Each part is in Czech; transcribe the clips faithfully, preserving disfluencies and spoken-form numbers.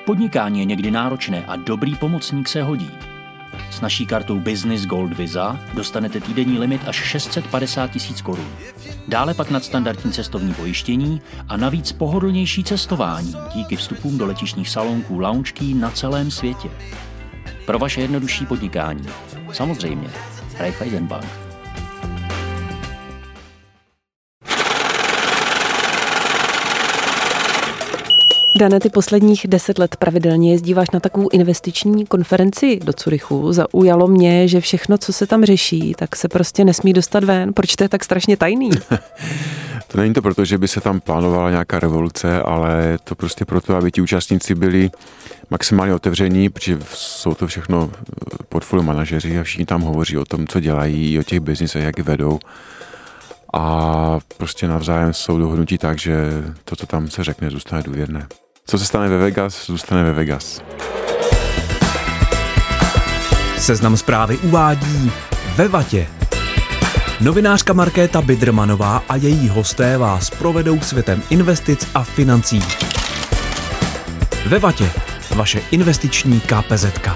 Podnikání je někdy náročné a dobrý pomocník se hodí. S naší kartou Business Gold Visa dostanete týdenní limit až šest set padesát tisíc korun. Dále pak nadstandardní cestovní pojištění a navíc pohodlnější cestování díky vstupům do letištních salonků lounge na celém světě. Pro vaše jednodušší podnikání. Samozřejmě. Raiffeisenbank. Dane, ty posledních deset let pravidelně jezdíváš na takovou investiční konferenci do Curychu. Zaujalo mě, že všechno, co se tam řeší, tak se prostě nesmí dostat ven. Proč to je tak strašně tajný? To není to proto, že by se tam plánovala nějaká revoluce, ale to prostě proto, aby ti účastníci byli maximálně otevření, protože jsou to všechno portfolio manažeři a všichni tam hovoří o tom, co dělají, o těch biznisech, jak je vedou. A prostě navzájem jsou dohodnutí tak, že to, co tam se řekne, zůstane důvěrné. Co se stane ve Vegas, zůstane ve Vegas. Seznam Zprávy uvádí Ve vatě. Novinářka Markéta Bidrmanová a její hosté vás provedou světem investic a financí. Ve vatě. Vaše investiční ká pé zetka.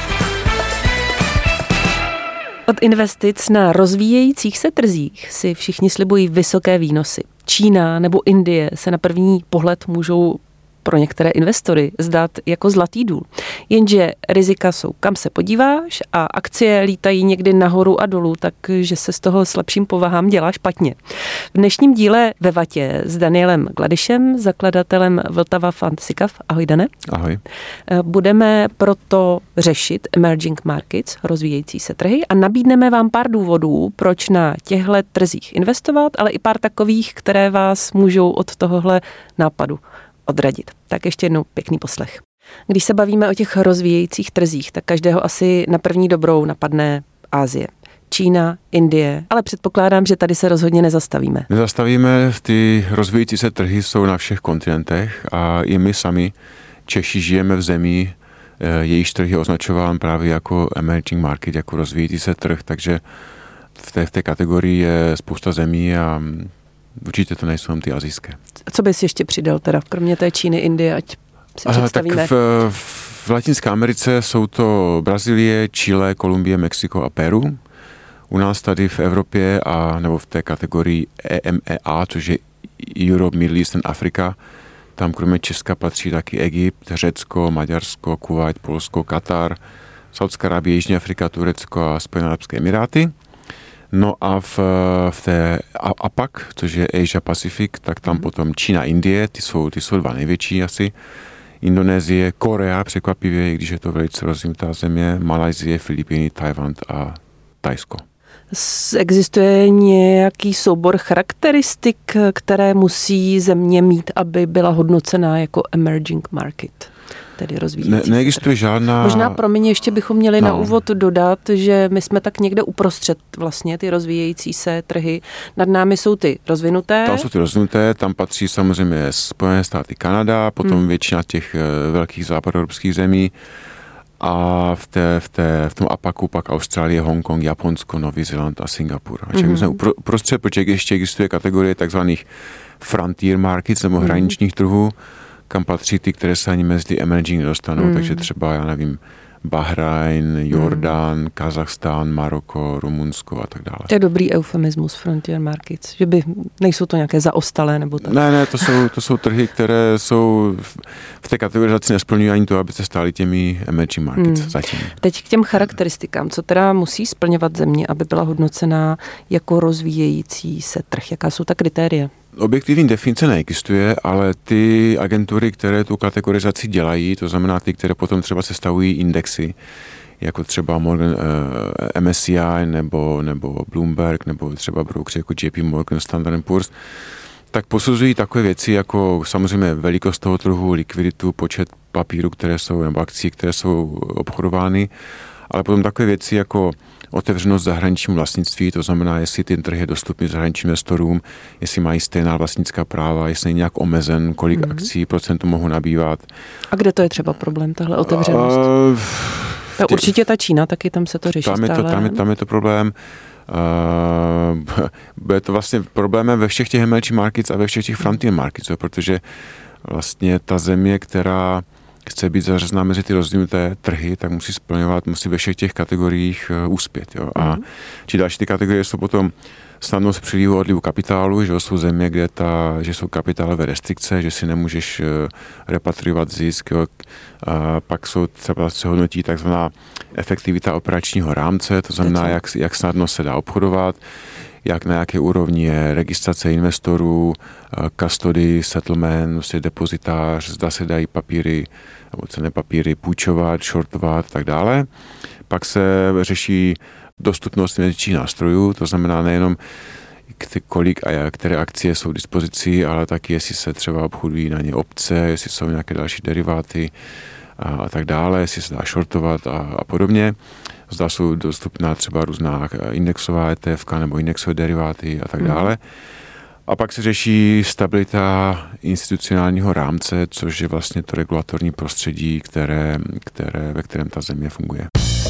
Od investic na rozvíjejících se trzích si všichni slibují vysoké výnosy. Čína nebo Indie se na první pohled můžou pro některé investory zdát jako zlatý důl. Jenže rizika jsou, kam se podíváš a akcie lítají někdy nahoru a dolů, takže se z toho slabším povahám dělá špatně. V dnešním díle Ve vatě s Danielem Gladišem, zakladatelem Vltava Fund SICAV. Ahoj, Dane. Ahoj. Budeme proto řešit emerging markets, rozvíjející se trhy, a nabídneme vám pár důvodů, proč na těchto trzích investovat, ale i pár takových, které vás můžou od tohohle nápadu odradit. Tak ještě jednou pěkný poslech. Když se bavíme o těch rozvíjejících trzích, tak každého asi na první dobrou napadne Asie. Čína, Indie, ale předpokládám, že tady se rozhodně nezastavíme. Nezastavíme, ty rozvíjející se trhy jsou na všech kontinentech a i my sami, Češi, žijeme v zemi, jejíž trh je označován právě jako emerging market, jako rozvíjející se trh, takže v té, v té kategorii je spousta zemí a určitě to nejsou ty asijské. Co bys ještě přidal teda, kromě té Číny, Indie, ať si představíme? Tak v, v Latinské Americe jsou to Brazílie, Chile, Kolumbie, Mexiko a Peru. U nás tady v Evropě a nebo v té kategorii E M E A, což je Europe, Middle East and Africa, tam kromě Česka patří taky Egypt, Řecko, Maďarsko, Kuvajt, Polsko, Katar, Saudská Arábie, Jižní Afrika, Turecko a Spojené arabské emiráty. No a v, v té A P A C, což je Asia Pacific, tak tam hmm. potom Čína, Indie, ty jsou, ty jsou dva největší asi. Indonésie, Korea, překvapivě, i když je to velice rozvinutá země, Malajsie, Filipíny, Tajvan a Thajsko. Existuje nějaký soubor charakteristik, které musí země mít, aby byla hodnocená jako emerging market? Tedy rozvíjící ne, neexistuje žádná... Možná pro mě ještě bychom měli no. na úvod dodat, že my jsme tak někde uprostřed vlastně ty rozvíjející se trhy. Nad námi jsou ty rozvinuté. Tam jsou ty rozvinuté, tam patří samozřejmě Spojené státy, Kanada, potom hmm. většina těch velkých západoevropských zemí a v, té, v, té, v tom A P A C pak Austrálie, Hongkong, Japonsko, Nový Zéland a Singapur. A hmm. my jsme uprostřed, protože ještě existuje kategorie takzvaných frontier markets nebo hmm. hraničních trhů, kam patří ty, které se ani mezi emerging nedostanou, mm. takže třeba, já nevím, Bahrajn, Jordán, mm. Kazachstán, Maroko, Rumunsko a tak dále. To je dobrý eufemismus, frontier markets, že by nejsou to nějaké zaostalé nebo tak. Ne, ne, to jsou, to jsou trhy, které jsou v, v té kategorizaci nesplňují ani to, aby se stály těmi emerging markets mm. zatím. Teď k těm charakteristikám, co teda musí splňovat země, aby byla hodnocená jako rozvíjející se trh, jaká jsou ta kritéria? Objektivní definice neexistuje, ale ty agentury, které tu kategorizaci dělají, to znamená ty, které potom třeba sestavují indexy, jako třeba Morgan, eh, M S C I nebo, nebo Bloomberg, nebo třeba broukři jako J P Morgan, Standard and Poor's, tak posuzují takové věci jako samozřejmě velikost toho trhu, likviditu, počet papíru, které jsou, nebo akcí, které jsou obchodovány, ale potom takové věci jako otevřenost zahraničnímu vlastnictví, to znamená, jestli ten trh je dostupný zahraničním investorům, jestli mají stejná vlastnická práva, jestli není nějak omezen, kolik mm-hmm. akcí procentu mohou nabývat. A kde to je třeba problém, tahle otevřenost? Uh, ta, tě, určitě ta Čína, taky tam se to řeší tam je to, stále. Tam je, tam je to problém. Uh, bude to vlastně problémem ve všech těch emerging markets a ve všech těch frontier markets, protože vlastně ta země, která chce být zařazená mezi ty rozvinuté trhy, tak musí splňovat, musí ve všech těch kategoriích uspět. Jo. A mm. či další ty kategorie jsou potom snadnost přílivu odlivu kapitálu, že jsou země, kde ta, že jsou kapitálové restrikce, že si nemůžeš repatriovat zisk. Jo. A pak jsou třeba se hodnotí takzvaná efektivita operačního rámce, to znamená, jak, jak snadno se dá obchodovat, jak na jaké úrovni je registrace investorů, custody, settlement, vlastně depozitář, zda se dají papíry nebo cenné papíry půjčovat, shortovat a tak dále. Pak se řeší dostupnost investičních nástrojů, to znamená nejenom kolik a které akcie jsou k dispozici, ale taky jestli se třeba obchodují na ně opce, jestli jsou nějaké další deriváty a, a tak dále, jestli se dá shortovat a, a podobně. Zda jsou dostupná třeba různá indexová E T F nebo indexové deriváty a tak dále. A pak se řeší stabilita institucionálního rámce, což je vlastně to regulatorní prostředí, které, které, ve kterém ta země funguje.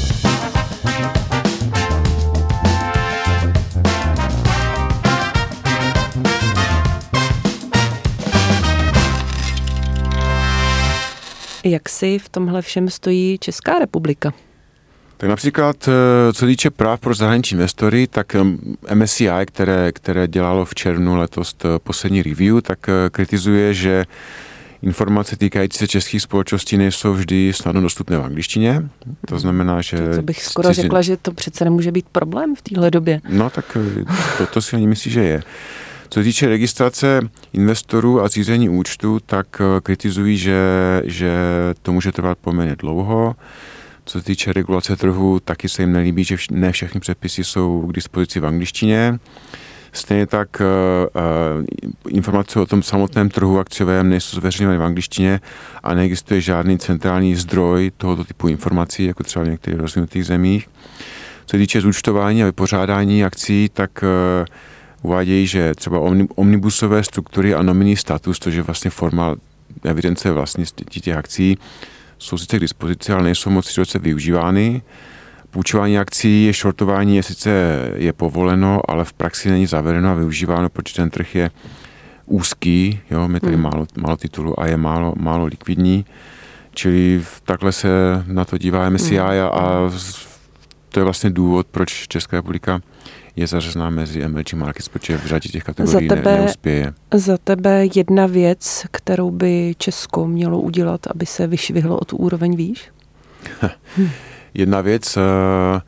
Jak si v tomhle všem stojí Česká republika? Tak například, co týče práv pro zahraniční investory, tak M S C I, které, které dělalo v červnu letos poslední review, tak kritizuje, že informace týkající se českých společností nejsou vždy snadno dostupné v angličtině. To znamená, že... To bych skoro cizin... řekla, že to přece nemůže být problém v téhle době. No tak to, to si ani myslí, že je. Co se týče registrace investorů a zřízení účtu, tak kritizují, že, že to může trvat poměrně dlouho. Co se týče regulace trhu, taky se jim nelíbí, že ne všechny předpisy jsou k dispozici v angličtině. Stejně tak uh, informace o tom samotném trhu akciovém nejsou zveřejněny v angličtině a neexistuje žádný centrální zdroj tohoto typu informací, jako třeba v některých rozvinutých zemích. Co se týče zúčtování a vypořádání akcí, tak uh, uvádějí, že třeba omnibusové struktury a nominní status, což je vlastně forma evidence vlastnictví těch akcí, jsou sice k dispozici, ale nejsou moc široce využívány. Půjčování akcí, je shortování je sice je povoleno, ale v praxi není zavedeno a využíváno, protože ten trh je úzký, jo, je tady hmm. málo, málo titulů a je málo, málo likvidní. Čili takhle se na to dívá M S C I a, a to je vlastně důvod, proč Česká republika je zařazená mezi emerging markets, protože v řadě těch kategorií za tebe, ne, neuspěje. Za tebe jedna věc, kterou by Česko mělo udělat, aby se vyšvihlo o tu úroveň výš? hm. Jedna věc, uh,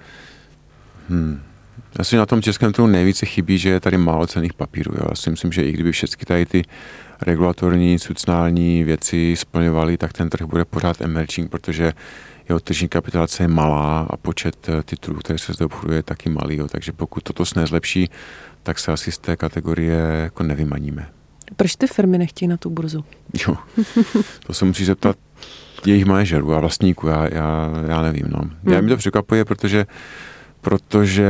hm. já si na tom českém trhu nejvíce chybí, že je tady málo cenných papírů. Jo. Já si myslím, že i kdyby všechny tady ty regulatorní, institucionální věci splňovaly, tak ten trh bude pořád emerging, protože jeho tržní kapitalizace je malá a počet titulů, které se zde obchoduje, je taky malý. Jo. Takže pokud toto se nezlepší, tak se asi z té kategorie jako nevymaníme. Proč ty firmy nechtějí na tu burzu? Jo, to se musí zeptat jejich manažerů a vlastníků, já, já, já nevím. No. Hmm. Já mi to překvapuje, protože, protože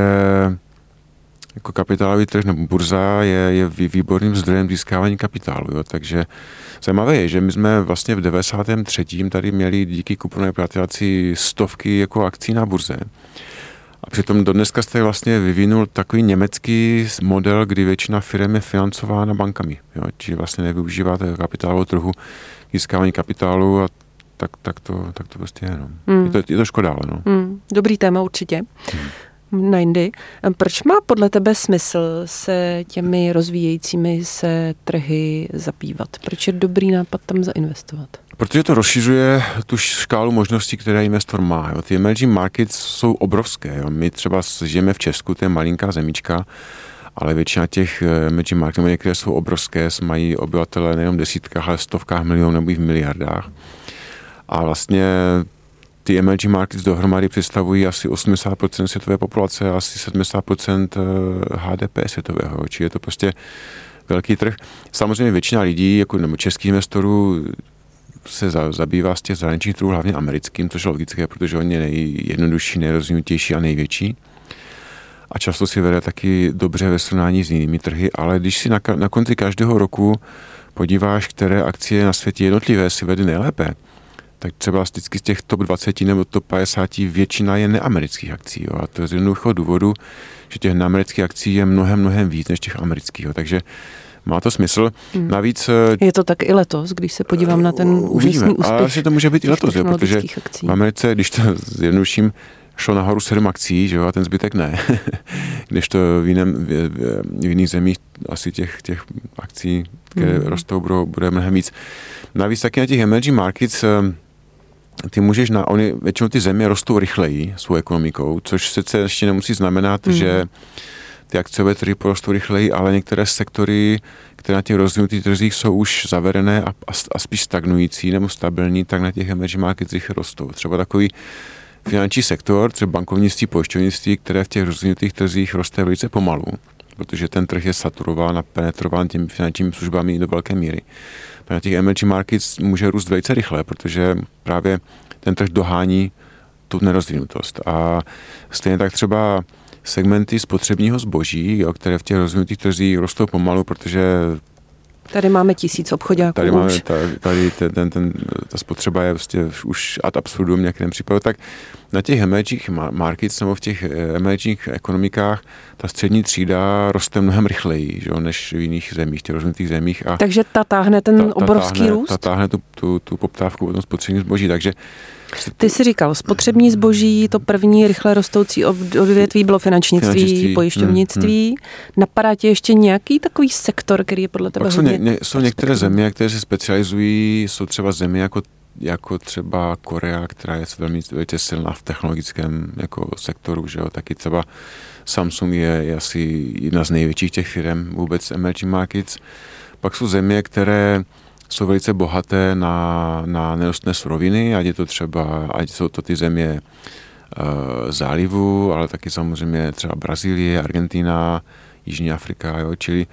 jako kapitálový trh nebo burza je, je výborným zdrojem získávání kapitálu. Jo. Takže zajímavé je, že my jsme vlastně v devadesátém třetím tady měli díky kuponové privatizaci stovky jako akcí na burze. A přitom do dneska jste vlastně vyvinul takový německý model, kdy většina firm je financována bankami. Jo. Čiže vlastně nevyužíváte kapitálovou trhu získávání kapitálu a tak, tak, to, tak to prostě je. No. Hmm. Je, to, je to škoda, ale no. Hmm. Dobrý téma určitě. Hmm. Na jindy. Proč má podle tebe smysl se těmi rozvíjejícími se trhy zabývat? Proč je dobrý nápad tam zainvestovat? Protože to rozšiřuje tu škálu možností, které investor má. Jo. Ty emerging markets jsou obrovské. Jo. My třeba žijeme v Česku, to je malinká zemička, ale většina těch emerging marketů, některé jsou obrovské, mají obyvatele nejenom desítkách, ale stovkách milionů nebo i v miliardách. A vlastně ty emerging markets dohromady představují asi osmdesát procent světové populace a asi sedmdesát procent H D P světového. Či je to prostě velký trh. Samozřejmě většina lidí, jako, nebo českých investorů, se za, zabývá z těch zahraničních trhů, hlavně americkým, což je logické, protože on je nejjednodušší, nejrozvinutější a největší. A často si vede taky dobře ve srovnání s jinými trhy, ale když si na, na konci každého roku podíváš, které akcie na světě jednotlivé si vede nejlépe, tak třeba vždycky z těch top dvacet nebo top padesát většina je neamerických akcí. Jo. A to je z jednoduchého důvodu, že těch neamerických akcí je mnohem, mnohem víc než těch amerických. Jo. Takže má to smysl. Hmm. Navíc... Je to tak i letos, když se podívám na ten úžasný úspěch. Ale asi to může být i letos, jo, protože akcí. V Americe, když to zjednoduším, šlo nahoru sedm akcí, že jo, a ten zbytek ne. Když to v, jiném, v, v jiných zemích asi těch, těch akcí, které hmm. rostou, budou, bude mnohem víc. Navíc taky na těch emerging markets ty můžeš, na, oni, většinou ty země rostou rychleji svou ekonomikou, což sice ještě nemusí znamenat, hmm. že ty akciové trhy porostou rychleji, ale některé sektory, které na těch rozvinutých trzích jsou už zavedené a, a, a spíš stagnující nebo stabilní, tak na těch emerging markets rychle rostou. Třeba takový finanční sektor, třeba bankovnictví, pojišťovnictví, které v těch rozvinutých trzích roste velice pomalu, protože ten trh je saturován a penetrován těmi finančními službami do velké míry. Na těch emerging markets může růst velice rychle, protože právě ten trh dohání tu nerozvinutost. A stejně tak třeba segmenty spotřebního zboží, jo, které v těch rozvinutých trzích rostou pomalu, protože tady máme tisíc obchoďáků. Tady máme, ta, tady ten, ten, ten, ta spotřeba je vlastně už ad absurdum v některém případě, tak na těch emerging markets nebo v těch emerging ekonomikách ta střední třída roste mnohem rychleji, že, než v jiných zemích, v těch rozvinutých zemích. A takže ta táhne ten ta, ta obrovský táhne, růst? Ta táhne tu, tu, tu poptávku po tom spotřebním zboží, takže ty jsi říkal, spotřební zboží, to první rychle rostoucí odvětví bylo finančnictví, finančnictví pojišťovnictví. Hmm, hmm. Napadá tě ještě nějaký takový sektor, který je podle tebe Pak hodně... Jsou, ně, jsou některé země, které se specializují, jsou třeba země jako, jako třeba Korea, která je velmi, velmi silná v technologickém jako sektoru, že jo? Taky třeba Samsung je, je asi jedna z největších těch firm vůbec emerging markets. Pak jsou země, které jsou velice bohaté na, na nerostné suroviny, ať je to třeba, ať jsou to ty země e, zálivu, ale taky samozřejmě třeba Brazílie, Argentina, Jižní Afrika, jo, čili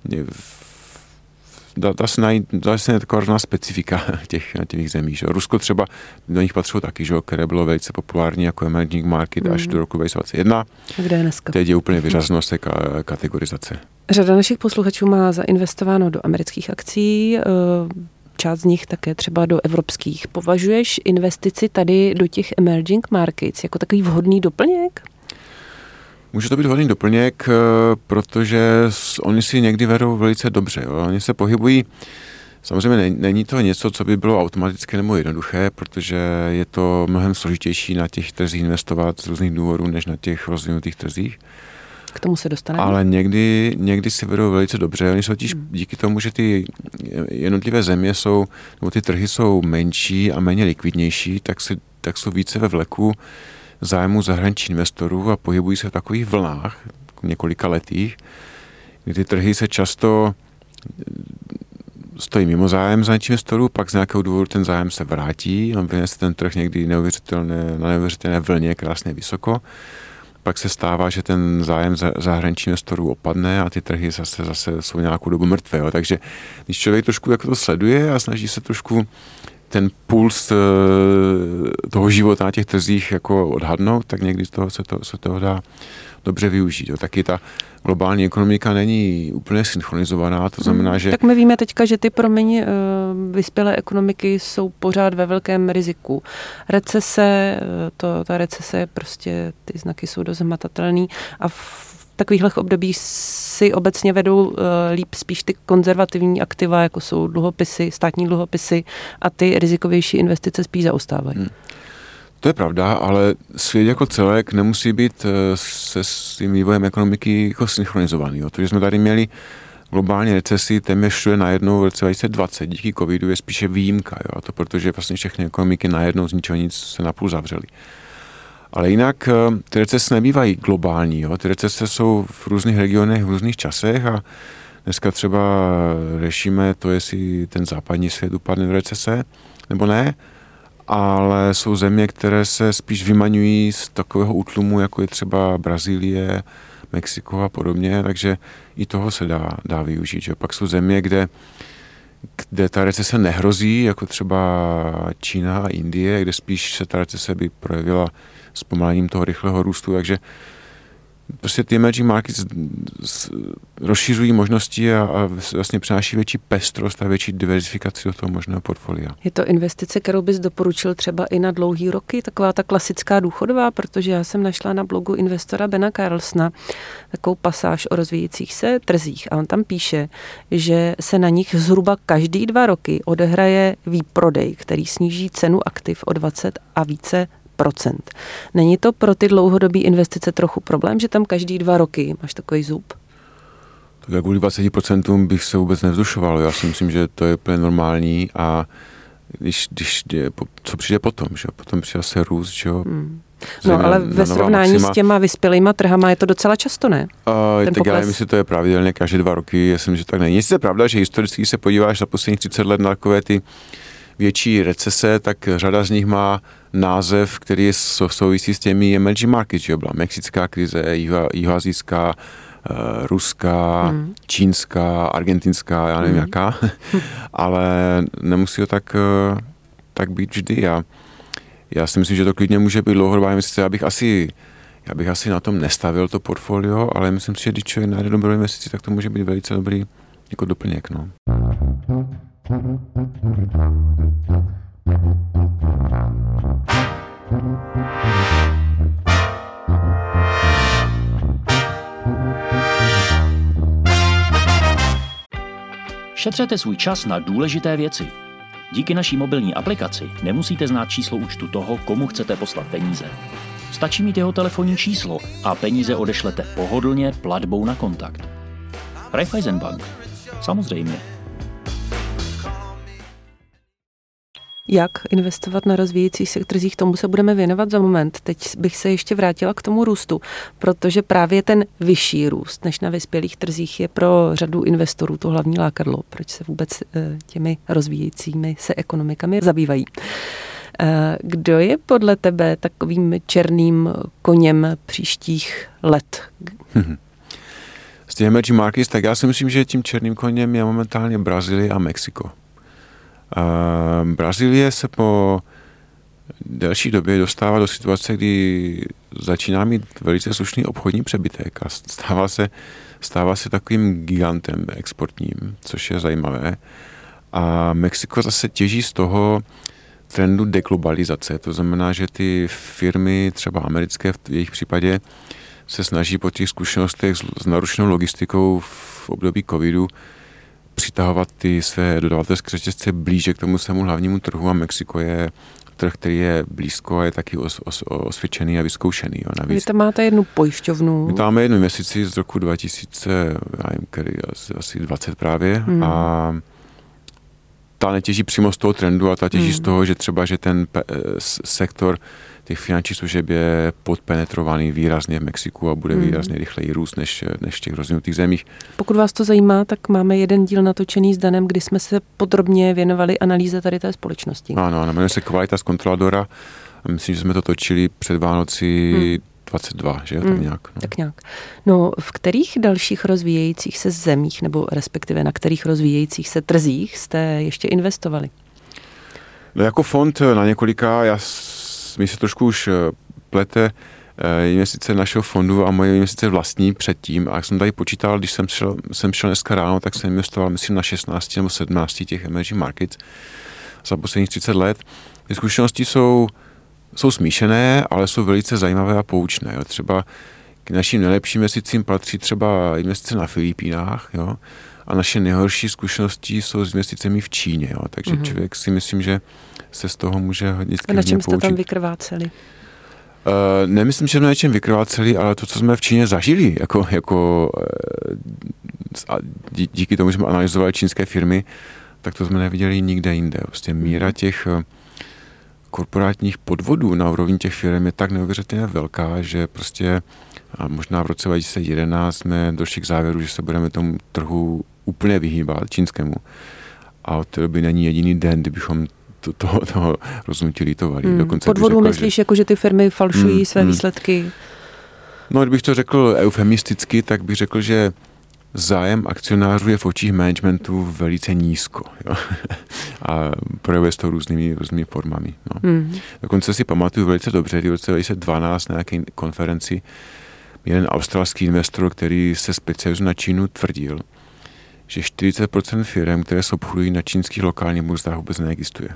dá, dá se najít, dá se najít taková různá specifika těch, těch zemí. Že? Rusko třeba, do nich patřilo taky, že? Které bylo velice populární jako emerging market mm. až do roku dva tisíce dvacet jedna. Kde je dneska? Teď je úplně vyřazeno z té kategorizace. Řada našich posluchačů má zainvestováno do amerických akcí, část z nich také třeba do evropských. Považuješ investici tady do těch emerging markets jako takový vhodný doplněk? Může to být vhodný doplněk, protože oni si někdy vedou velice dobře. Jo. Oni se pohybují, samozřejmě není to něco, co by bylo automatické nebo jednoduché, protože je to mnohem složitější na těch trzích investovat z různých důvodů, než na těch rozvinutých trzích. K tomu se dostaneme. Ale někdy, někdy si vedou velice dobře. Oni jsou totiž díky tomu, že ty jednotlivé země jsou, nebo ty trhy jsou menší a méně likvidnější, tak, si, tak jsou více ve vleku zájmu zahraničních investorů a pohybují se v takových vlnách, několika letých, kdy ty trhy se často stojí mimo zájem zahraničních investorů, pak z nějakého důvodu ten zájem se vrátí, on vynese ten trh někdy neuvěřitelné, na neuvěřitelné vlně, krásně vysoko, pak se stává, že ten zájem zahraničních investorů opadne a ty trhy zase, zase jsou nějakou dobu mrtvé. Jo. Takže když člověk trošku jako to sleduje a snaží se trošku ten puls toho života na těch trzích jako odhadnout, tak někdy z toho se, to, se toho dá dobře využít. Jo. Taky ta globální ekonomika není úplně synchronizovaná, to znamená, že... Tak my víme teďka, že ty promiň vyspělé ekonomiky jsou pořád ve velkém riziku. Recese, to, ta recese, prostě ty znaky jsou dost hmatatelný a v takových obdobích si obecně vedou uh, líp spíš ty konzervativní aktiva, jako jsou dluhopisy, státní dluhopisy a ty rizikovější investice spíš zaostávají. Hmm. To je pravda, ale svět jako celek nemusí být se svým vývojem ekonomiky jako synchronizovaný. Jo. To, že jsme tady měli globální recesi téměř všude najednou v roce dva tisíce dvacet díky covidu je spíše výjimka. Jo. A to protože vlastně všechny ekonomiky najednou z ničeho nic se napůl zavřely. Ale jinak ty recese nebývají globální. Jo. Ty recese jsou v různých regionech, v různých časech a dneska třeba řešíme to, jestli ten západní svět upadne do recese nebo ne, ale jsou země, které se spíš vymaňují z takového útlumu, jako je třeba Brazílie, Mexiko a podobně, takže i toho se dá, dá využít. Že? Pak jsou země, kde, kde ta recese nehrozí, jako třeba Čína a Indie, kde spíš se ta recese by projevila zpomalením toho rychlého růstu, takže prostě ty emerging markets rozšiřují možnosti a, a vlastně přináší větší pestrost a větší diverzifikaci do toho možného portfolia. Je to investice, kterou bys doporučil třeba i na dlouhý roky, taková ta klasická důchodová, protože já jsem našla na blogu investora Bena Carlsona takovou pasáž o rozvíjejících se trzích a on tam píše, že se na nich zhruba každý dva roky odehraje výprodej, který sníží cenu aktiv o dvacet a více procent. Není to pro ty dlouhodobé investice trochu problém, že tam každý dva roky máš takový zub? Tak kvůli dvacet procent bych se vůbec nevzdušoval. Já si myslím, že to je úplně normální a když, když co přijde potom, že potom přijde se růst, že jo. Hmm. No ale ve srovnání maxima. S těma vyspělýma trhama je to docela často, ne? Uh, tak pokles. Já nevím, jestli to je pravidelně každé dva roky, já si myslím, že tak není. Jestli je pravda, že historicky, když se podíváš za posledních třicet let na takové ty větší recese, tak řada z nich má název, který je souvisí s těmi emerging markets, že byla mexická krize, jihoazijská, uh, ruská, hmm. čínská, argentinská, já nevím hmm. jaká, ale nemusí to tak, uh, tak být vždy. Já, já si myslím, že to klidně může být dlouhodobá investice. Já bych asi, já bych asi na tom nestavil to portfolio, ale myslím si, že když člověk najde dobrou investici, tak to může být velice dobrý jako doplněk. No. Šetřete svůj čas na důležité věci. Díky naší mobilní aplikaci nemusíte znát číslo účtu toho, komu chcete poslat peníze. Stačí mít jeho telefonní číslo a peníze odešlete pohodlně platbou na kontakt. Raiffeisenbank. Samozřejmě. Jak investovat na rozvíjejících se trzích, tomu se budeme věnovat za moment. Teď bych se ještě vrátila k tomu růstu, protože právě ten vyšší růst než na vyspělých trzích je pro řadu investorů to hlavní lákadlo, proč se vůbec těmi rozvíjejícími se ekonomikami zabývají. Kdo je podle tebe takovým černým koněm příštích let? Z těch emerging markets, tak já si myslím, že tím černým koněm je momentálně Brazílie a Mexiko. Uh, Brazílie se po delší době dostává do situace, kdy začíná mít velice slušný obchodní přebytek a stává se, stává se takovým gigantem exportním, což je zajímavé. A Mexiko zase těží z toho trendu deglobalizace. To znamená, že ty firmy, třeba americké v jejich případě, se snaží po těch zkušenostech s narušenou logistikou v období covidu přitahovat ty své dodavatelské řetězce blíže k tomu svému hlavnímu trhu a Mexiko je trh, který je blízko a je taky os, os, osvědčený a vyzkoušený. Jo, navíc. Vy tam máte jednu pojišťovnu. My tam máme jednu investici z roku dva tisíce, já nevím, který, asi, asi dvacet právě hmm. a ta netěží přímo z toho trendu a ta těží hmm. z toho, že třeba, že ten pe- sektor těch finančních služeb je podpenetrovaný výrazně v Mexiku a bude hmm. výrazně rychleji růst než, než v těch rozvinutých zemích. Pokud vás to zajímá, tak máme jeden díl natočený s Danem, kdy jsme se podrobně věnovali analýze tady té společnosti. Ano, ano, jmenuje se Qualitas Controladora a myslím, že jsme to točili před Vánoci hmm. dvacet dva, že jo, tak nějak. No. Tak nějak. No, v kterých dalších rozvíjejících se zemích, nebo respektive na kterých rozvíjejících se trzích jste ještě investovali? No jako fond na několika, já mi se trošku už plete investice našeho fondu a moje investice vlastní předtím. A jak jsem tady počítal, když jsem šel, jsem šel dneska ráno, tak jsem investoval, myslím, na šestnáct nebo sedmnáct těch emerging markets za posledních třicet let. Ty zkušenosti jsou, jsou smíšené, ale jsou velice zajímavé a poučné. Jo. Třeba k našim nejlepším investicím patří třeba investice na Filipínách, jo. A naše nejhorší zkušenosti jsou s investicemi v Číně. Jo. Takže mm-hmm. člověk si myslím, že se z toho může hodně poučit. A na čem jste tam vykrváceli? Uh, nemyslím, že jsme na něčem vykrváceli, ale to, co jsme v Číně zažili, jako, jako uh, díky tomu, že jsme analyzovali čínské firmy, tak to jsme neviděli nikde jinde. Prostě míra těch uh, korporátních podvodů na úrovni těch firm je tak neuvěřitelně velká, že prostě a možná v roce dva tisíce jedenáct jsme došli k závěru, že se budeme tomu trhu úplně vyhýbat, čínskému. A od té doby není jediný den, kdybychom to, toho, toho rozhodnutí lítovali. Hmm. Dokonce podvodu řekl, myslíš, že... jako, že ty firmy falšují hmm. své hmm. výsledky? No, kdybych to řekl eufemisticky, tak bych řekl, že zájem akcionářů je v očích managementu velice nízko. Jo? A projevuje se to různými, různými formami. No. Hmm. Dokonce si pamatuju velice dobře, v roce dva tisíce dvanáct na nějaké konferenci jeden australský investor, který se specializuje na Čínu, tvrdil, že čtyřicet procent firm, které se obchodují na čínských lokálních burzách, vůbec neexistuje.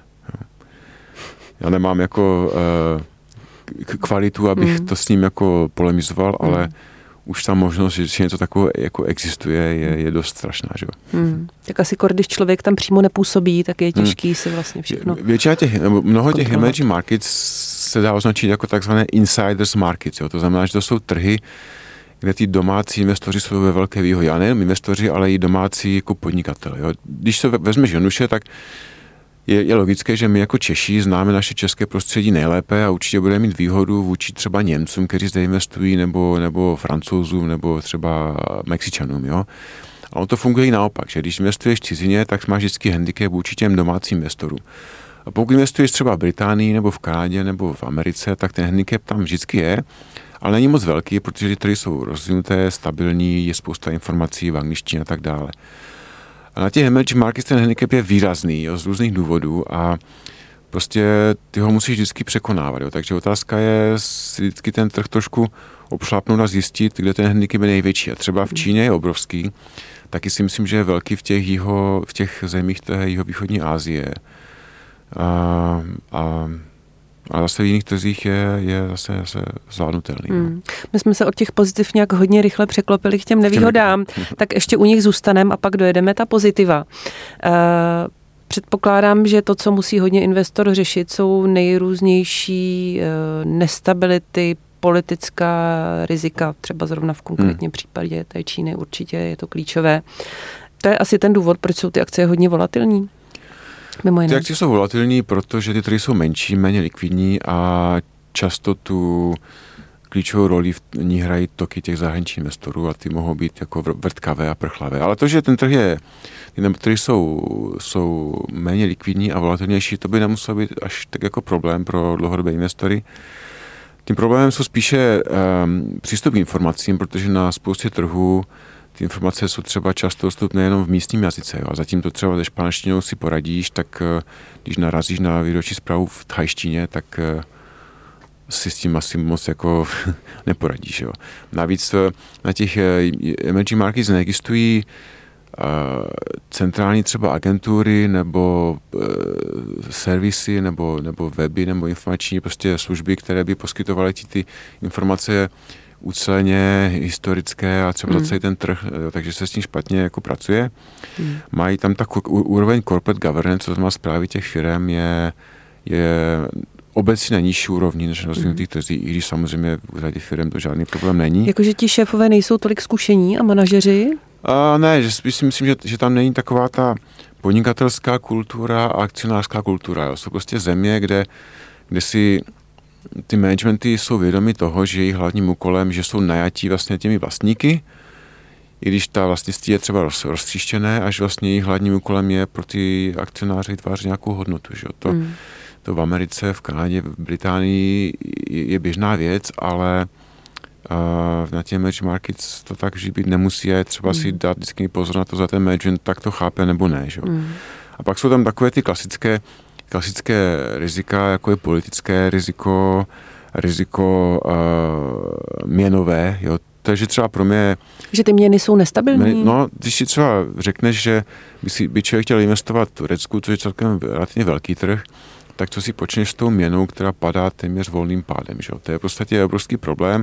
Já nemám jako uh, kvalitu, abych mm. to s ním jako polemizoval, mm. ale už ta možnost, že něco takového jako existuje, je, je dost strašná. Že? Hmm. Tak asi, když člověk tam přímo nepůsobí, tak je těžký hmm. si vlastně všechno Většina těch, mnoho těch emerging markets se dá označit jako takzvané insiders markets. Jo? To znamená, že to jsou trhy, kde ty domácí investoři jsou ve velké výhodě. A nejen investoři, ale i domácí jako podnikatele. Jo? Když se vezmeš jednoduše, tak je, je logické, že my jako Češi známe naše české prostředí nejlépe a určitě budeme mít výhodu vůči třeba Němcům, kteří zde investují, nebo, nebo Francouzům, nebo třeba Mexičanům. Jo? A on to funguje i naopak, že když investuješ v cizině, tak máš vždycky handicap vůči těm domácím investorům. A pokud investuješ třeba v Británii, nebo v Kanadě, nebo v Americe, tak ten handicap tam vždycky je, ale není moc velký, protože ty trhy jsou rozvinuté, stabilní, je spousta informací v angličtině a tak dále. A na těch emerging markets ten handicap je výrazný, jo, z různých důvodů a prostě ty ho musíš vždycky překonávat. Jo. Takže otázka je vždycky ten trh trošku obšlapnout a zjistit, kde ten handicap je největší. A třeba v Číně je obrovský, taky si myslím, že je velký v těch, jiho, v těch zemích té jihovýchodní Asie. A, a A zase v jiných trzích je, je zase, zase zvládnutelný. Hmm. My jsme se od těch pozitiv nějak hodně rychle překlopili k těm nevýhodám, tak ještě u nich zůstaneme a pak dojedeme ta pozitiva. Uh, předpokládám, že to, co musí hodně investor řešit, jsou nejrůznější uh, nestability, politická rizika, třeba zrovna v konkrétním hmm. případě té Číny určitě je to klíčové. To je asi ten důvod, proč jsou ty akcie hodně volatilní. Ty akcie jsou volatilní, protože ty trhy jsou menší, méně likvidní a často tu klíčovou roli v ní hrají toky těch zahraničních investorů a ty mohou být jako vrtkavé a prchlavé. Ale to, že ten trh je, ty trhy jsou, jsou méně likvidní a volatilnější, to by nemuselo být až tak jako problém pro dlouhodobé investory. Tím problémem jsou spíše um, přístup k informacím, protože na spoustě trhů ty informace jsou třeba často dostupné jenom v místním jazyce. Jo. A zatím to třeba se španělštinou si poradíš, tak když narazíš na výročí zprávu v thajštině, tak si s tím asi moc jako neporadíš. Jo. Navíc na těch emerging markets neexistují centrální třeba agentury nebo servisy nebo, nebo weby nebo informační prostě služby, které by poskytovaly ti ty informace uceleně, historické a třeba mm. za celý ten trh, takže se s tím špatně jako pracuje. Mm. Mají tam tak úroveň corporate governance, co znamená zprávy těch firm, je, je obecně na nižší úrovni než na rozvinutých trzích, i když samozřejmě v řadě firm to žádný problém není. Jakože ti šéfové nejsou tolik zkušení a manažeři? A ne, že si myslím, že, že tam není taková ta podnikatelská kultura a akcionářská kultura. Jo. Jsou prostě země, kde, kde si ty managementy jsou vědomi toho, že jejich hlavním úkolem, že jsou najatí vlastně těmi vlastníky, i když ta vlastnictví je třeba roz, roztříštěné, až vlastně jejich hlavním úkolem je pro ty akcionáře vytvářet nějakou hodnotu. Že? To, mm. to v Americe, v Kanadě, v Británii je, je běžná věc, ale uh, na těch emerging markets to tak vždy být nemusí a je třeba mm. si dát vždycky pozor na to, za ten management tak to chápe nebo ne. Že? Mm. A pak jsou tam takové ty klasické klasické rizika, jako je politické riziko, riziko uh, měnové, jo. Takže třeba pro mě... Že ty měny jsou nestabilní? No, když si třeba řekneš, že by, si, by člověk chtěl investovat v Turecku, což je celkem relativně velký trh, tak co si počneš s tou měnou, která padá téměř volným pádem, že jo. To je prostě obrovský problém.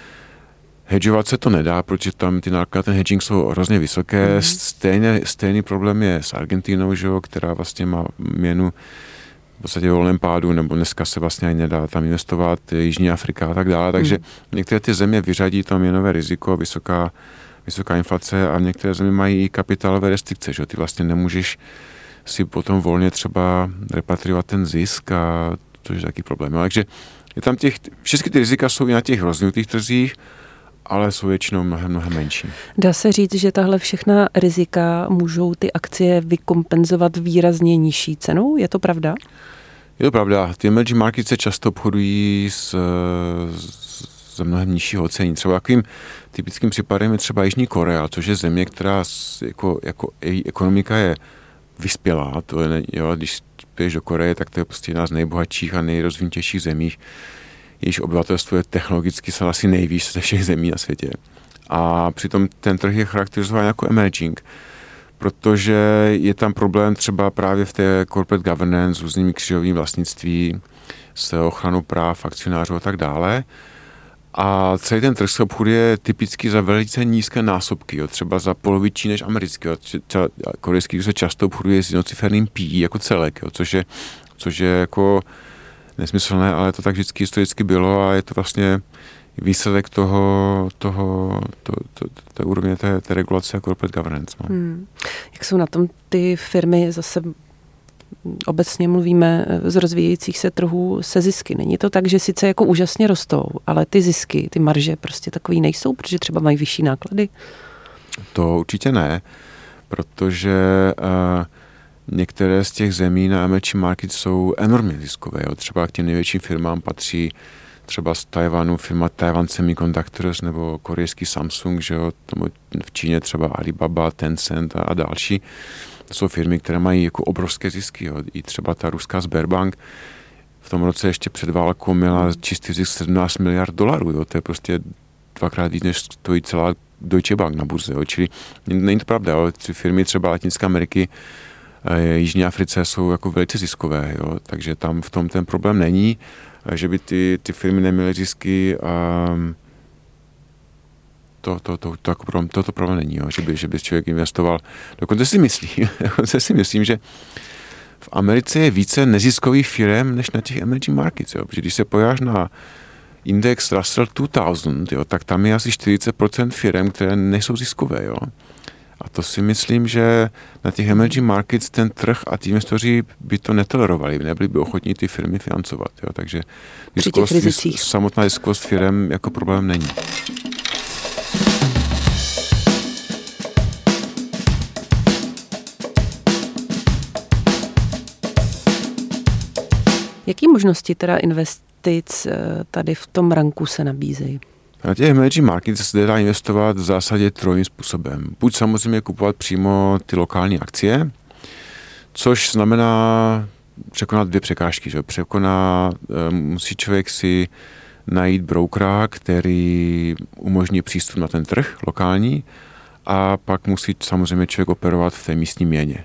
Hedžovat se to nedá, protože tam ty náklady na ten hedging jsou hrozně vysoké. Mm. Stejně, stejný problém je s Argentinou, že jo, která vlastně má měnu v podstatě volném pádu, nebo dneska se vlastně ani nedá tam investovat, Jižní Afrika a tak dále. Takže mm. některé ty země vyřadí to měnové riziko, vysoká, vysoká inflace a některé země mají i kapitálové restrikce, že jo. Ty vlastně nemůžeš si potom volně třeba repatriovat ten zisk a to je taky problém. No, takže je tam těch, všechny ty rizika jsou i na těch rozvinutých trzích, ale jsou většinou mnohem, mnohem menší. Dá se říct, že tahle všechna rizika můžou ty akcie vykompenzovat výrazně nižší cenou? Je to pravda? Je to pravda. Ty emerging markets se často obchodují s, s mnohem nižšího ocení. Třeba takovým typickým případem je třeba Jižní Korea, což je země, která jako, jako její ekonomika je vyspělá. To je, jo, když půjdeš do Koreje, tak to je prostě jedna z nejbohatších a nejrozvinutějších zemích. jejíž obyvatelstvo je technologicky se asi nejvíc ze všech zemí na světě. A přitom ten trh je charakterizován jako emerging, protože je tam problém třeba právě v té corporate governance s různými křížovým vlastnictví, s ochranou práv akcionářů a tak dále. A celý ten trh se obchoduje typicky za velice nízké násobky, jo, třeba za poloviční než americký. Korejský se často obchoduje s jednociferným P E jako celek, jo, což je, což je jako nesmyslné, ale to tak vždycky historicky bylo a je to vlastně výsledek toho, toho to, to, to, to úrovně té, té regulace a corporate governance. No. Hmm. Jak jsou na tom ty firmy zase obecně mluvíme z rozvíjejících se trhů se zisky. Není to tak, že sice jako úžasně rostou, ale ty zisky, ty marže prostě takový nejsou, protože třeba mají vyšší náklady? To určitě ne, protože uh, některé z těch zemí na emerging market jsou enormně ziskové. Jo. Třeba k těm největším firmám patří třeba z Tajvanu firma Taiwan Semiconductors nebo korejský Samsung, že jo, v Číně třeba Alibaba, Tencent a, a další. To jsou firmy, které mají jako obrovské zisky. Jo. I třeba ta ruská Sberbank v tom roce ještě před válkou měla čistý zisk sedmnáct miliard dolarů. Jo. To je prostě dvakrát víc, než stojí celá Deutsche Bank na burze. Jo. Čili není to pravda. Jo. Ty firmy třeba Latinské Ameriky, Jižní Africe jsou jako velice ziskové. Jo. Takže tam v tom ten problém není, že by ty, ty firmy neměly zisky. Um, To, to, to, to, jako problém, to, to problém není, jo, že, by, že by člověk investoval. Dokonce si myslím, dokonce si myslím, že v Americe je více neziskových firm než na těch emerging markets. Jo, protože když se podíváš na index Russell dva tisíc, jo, tak tam je asi čtyřicet procent firm, které nejsou ziskové. Jo. A to si myslím, že na těch emerging markets ten trh a ty investoři by to netolerovali, nebyli by ochotní ty firmy financovat. Jo. Takže ziskovost, samotná ziskovost firm jako problém není. Jaký možnosti teda investic tady v tom ranku se nabízejí? Na těch emerging markets se dá investovat v zásadě trojím způsobem. Buď samozřejmě kupovat přímo ty lokální akcie, což znamená překonat dvě překážky. Že? Překoná, musí člověk si najít brokera, který umožní přístup na ten trh lokální a pak musí samozřejmě člověk operovat v té místní měně.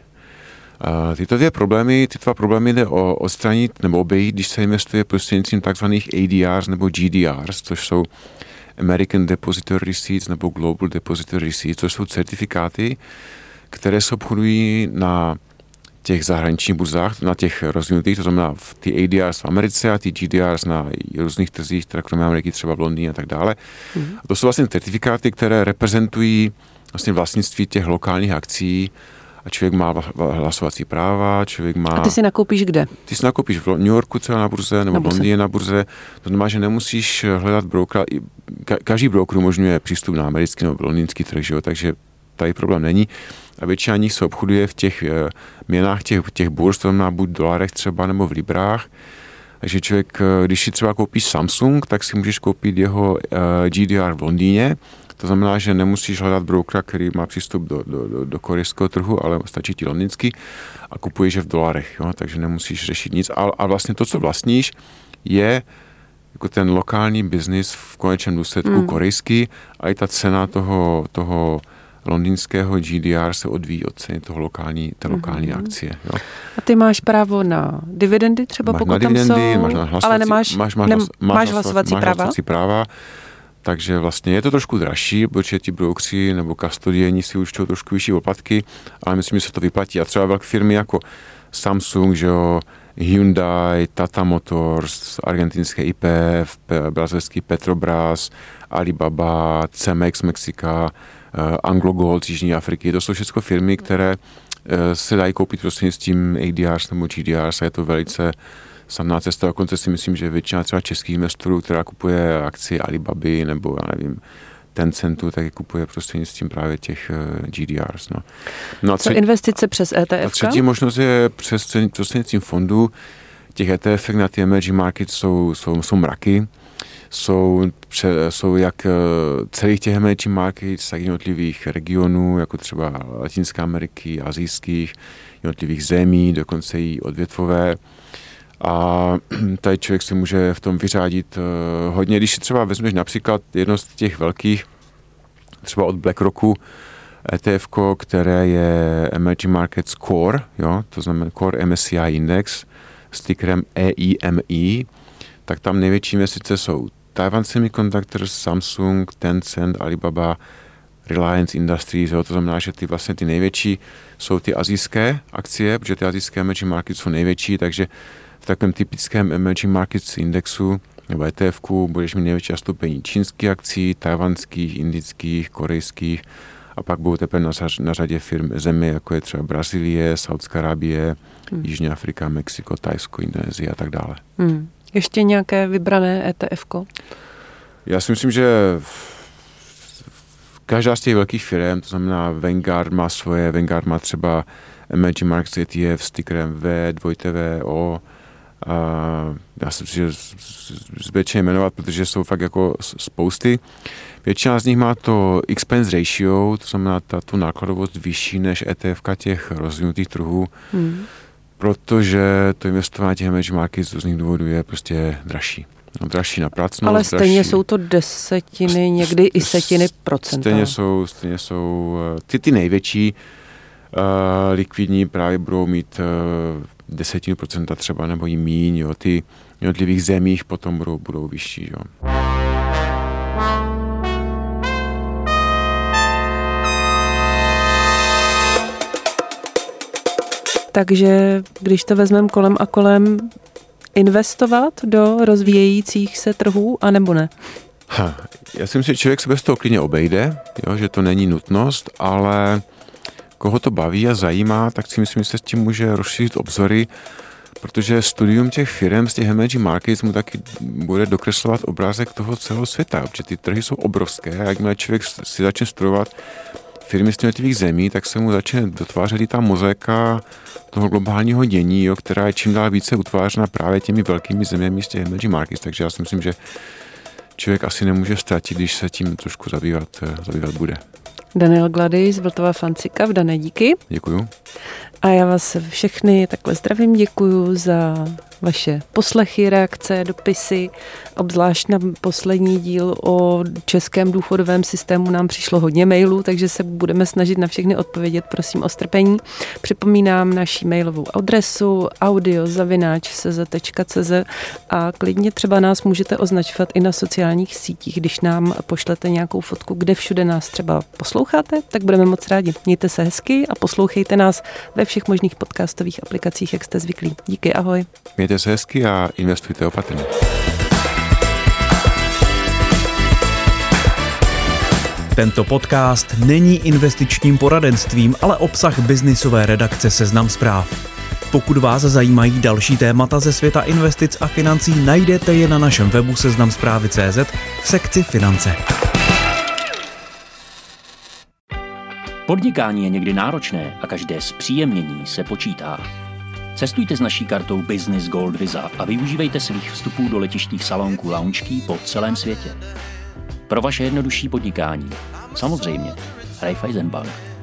Tyto dvě problémy, tyto dva problémy jde o odstranit nebo obejít, když se investuje prostřednictvím takzvaných A D Rs nebo G D Rs, což jsou American Depository Receipts nebo Global Depository Receipts, což jsou certifikáty, které se obchodují na těch zahraničních burzách, na těch rozvinutých, to znamená ty A D Rs v Americe a ty G D Rs na různých trzích, teda kromě Ameriky třeba v Londýně a tak dále. Mm. A to jsou vlastně certifikáty, které reprezentují vlastně vlastnictví těch lokálních akcí. A člověk má hlasovací práva, člověk má... A ty si nakoupíš kde? Ty si nakoupíš v New Yorku třeba na burze, nebo v Londýně na burze. To znamená, že nemusíš hledat brokera. Každý broker umožňuje přístup na americký nebo londýnský trh, že jo? Takže tady problém není. A většina nich se obchoduje v těch měnách těch, těch burz, to znamená buď v dolarech třeba, nebo v librách. Takže člověk, když si třeba koupíš Samsung, tak si můžeš koupit jeho G D R v Londýně. To znamená, že nemusíš hledat brokera, který má přístup do, do, do, do korejského trhu, ale stačí ti londýnský a kupuješ je v dolarech, jo? Takže nemusíš řešit nic. A, a vlastně to, co vlastníš, je jako ten lokální biznis v konečném důsledku mm. korejský a i ta cena toho, toho londýnského G D R se odvíjí od ceny toho lokální, té lokální mm. akcie. Jo? A ty máš právo na dividendy třeba, máš pokud na tam dividendy, jsou, máš na hlasovací, ale nemáš, máš, máš, nem, máš, máš hlasovací máš práva? Hlasovací práva. Takže vlastně je to trošku dražší, protože ti broukři nebo kastodieni si účtují trošku vyšší poplatky, ale myslím, že se to vyplatí. A třeba velké firmy jako Samsung, že jo, Hyundai, Tata Motors, argentinské I P F, brazilský Petrobras, Alibaba, Cemex z Mexika, AngloGold z Jižní Afriky. To jsou všechno firmy, které se dají koupit prostřednictvím A D Rs nebo G D Rs a je to velice snadná cesta. Dokonce si myslím, že většina třeba českých investorů, která kupuje akcie Alibaby nebo já nevím, Tencentu, tak je kupuje prostřednictvím právě těch G D Rs. No. No a Co tři... investice přes E T F? A třetí možnost je přes prostřednictvím fondů. Těch E T F na ty emerging markets jsou, jsou, jsou mraky. Jsou, pře, jsou jak celých těch emerging markets, tak jednotlivých regionů, jako třeba Latinské Ameriky, asijských, jednotlivých zemí, dokonce i odvětvové. A tady člověk si může v tom vyřádit hodně. Když si třeba vezmeš například jedno z těch velkých, třeba od BlackRocku, E T F, které je Emerging Markets Core, jo, to znamená Core M S C I Index s tickerem E I M I, tak tam největší investice jsou Taiwan Semiconductors, Samsung, Tencent, Alibaba, Reliance Industries, jo, to znamená, že ty vlastně ty největší jsou ty asijské akcie, protože ty asijské emerging markets jsou největší, takže v takovém typickém emerging markets indexu nebo E T F budeš mít největší zastoupení čínských akcí, tajvanských, indických, korejských a pak budou teprve na, na řadě firm zemi, jako je třeba Brazílie, Saudská Arábie, hmm. Jižní Afrika, Mexiko, Thajsko, Indonésie a tak dále. Hmm. Ještě nějaké vybrané E T F ko? Já si myslím, že každá z těch velkých firm, to znamená Vanguard má svoje, Vanguard má třeba Emerging Markets E T F s tickerem V, dvojité V, O. A já si myslím, že zbytečně jmenovat, protože jsou fakt jako spousty. Většina z nich má to expense ratio, to znamená ta, tu nákladovost vyšší než E T F těch rozvinutých trhů, hmm. protože to investování těch emerging markets z různých důvodů je prostě dražší. No, dražší na pracnost. Ale stejně dražší. Jsou to desetiny, někdy i setiny procenta. Stejně jsou, stejně jsou ty, ty největší uh, likvidní právě budou mít uh, desetinu procenta třeba, nebo i míň, jo. Ty v jednotlivých zemích potom budou, budou vyšší, jo. Takže když to vezmeme kolem a kolem, investovat do rozvíjejících se trhů, anebo ne? Ha, já si myslím, že člověk se bez toho klidně obejde, jo, že to není nutnost, ale koho to baví a zajímá, tak si myslím, že se s tím může rozšířit obzory, protože studium těch firm z těch emerging markets mu taky bude dokreslovat obrázek toho celého světa, protože ty trhy jsou obrovské a jakmile člověk si začne studovat firmy z těch zemí, tak se mu začne dotvářet i ta mozaika toho globálního dění, jo, která je čím dál více utvářena právě těmi velkými zeměmi z těch emerging markets, takže já si myslím, že člověk asi nemůže ztratit, když se tím trošku zabývat, zabývat bude. Daniel Glady z Vltava Fancika, Dané, díky. Děkuju. A já vás všechny takhle zdravím, děkuju za vaše poslechy, reakce, dopisy. Obzvlášť na poslední díl o českém důchodovém systému nám přišlo hodně mailů, takže se budeme snažit na všechny odpovědět, prosím o strpení. Připomínám naši mailovou adresu audio zavináč c z tečka c z a klidně třeba nás můžete označovat i na sociálních sítích, když nám pošlete nějakou fotku, kde všude nás třeba posloucháte, tak budeme moc rádi. Mějte se hezky a poslouchejte nás ve všech možných podcastových aplikacích, jak jste zvyklí. Díky, ahoj. Mějte se hezky a investujte opatrně. Tento podcast není investičním poradenstvím, ale obsah biznisové redakce Seznam Zpráv. Pokud vás zajímají další témata ze světa investic a financí, najdete je na našem webu seznam zprávy tečka cé zet v sekci Finance. Podnikání je někdy náročné a každé zpříjemnění se počítá. Cestujte s naší kartou Business Gold Visa a využívejte svých vstupů do letištních salonků Lounge po celém světě. Pro vaše jednodušší podnikání. Samozřejmě Raiffeisen Bank.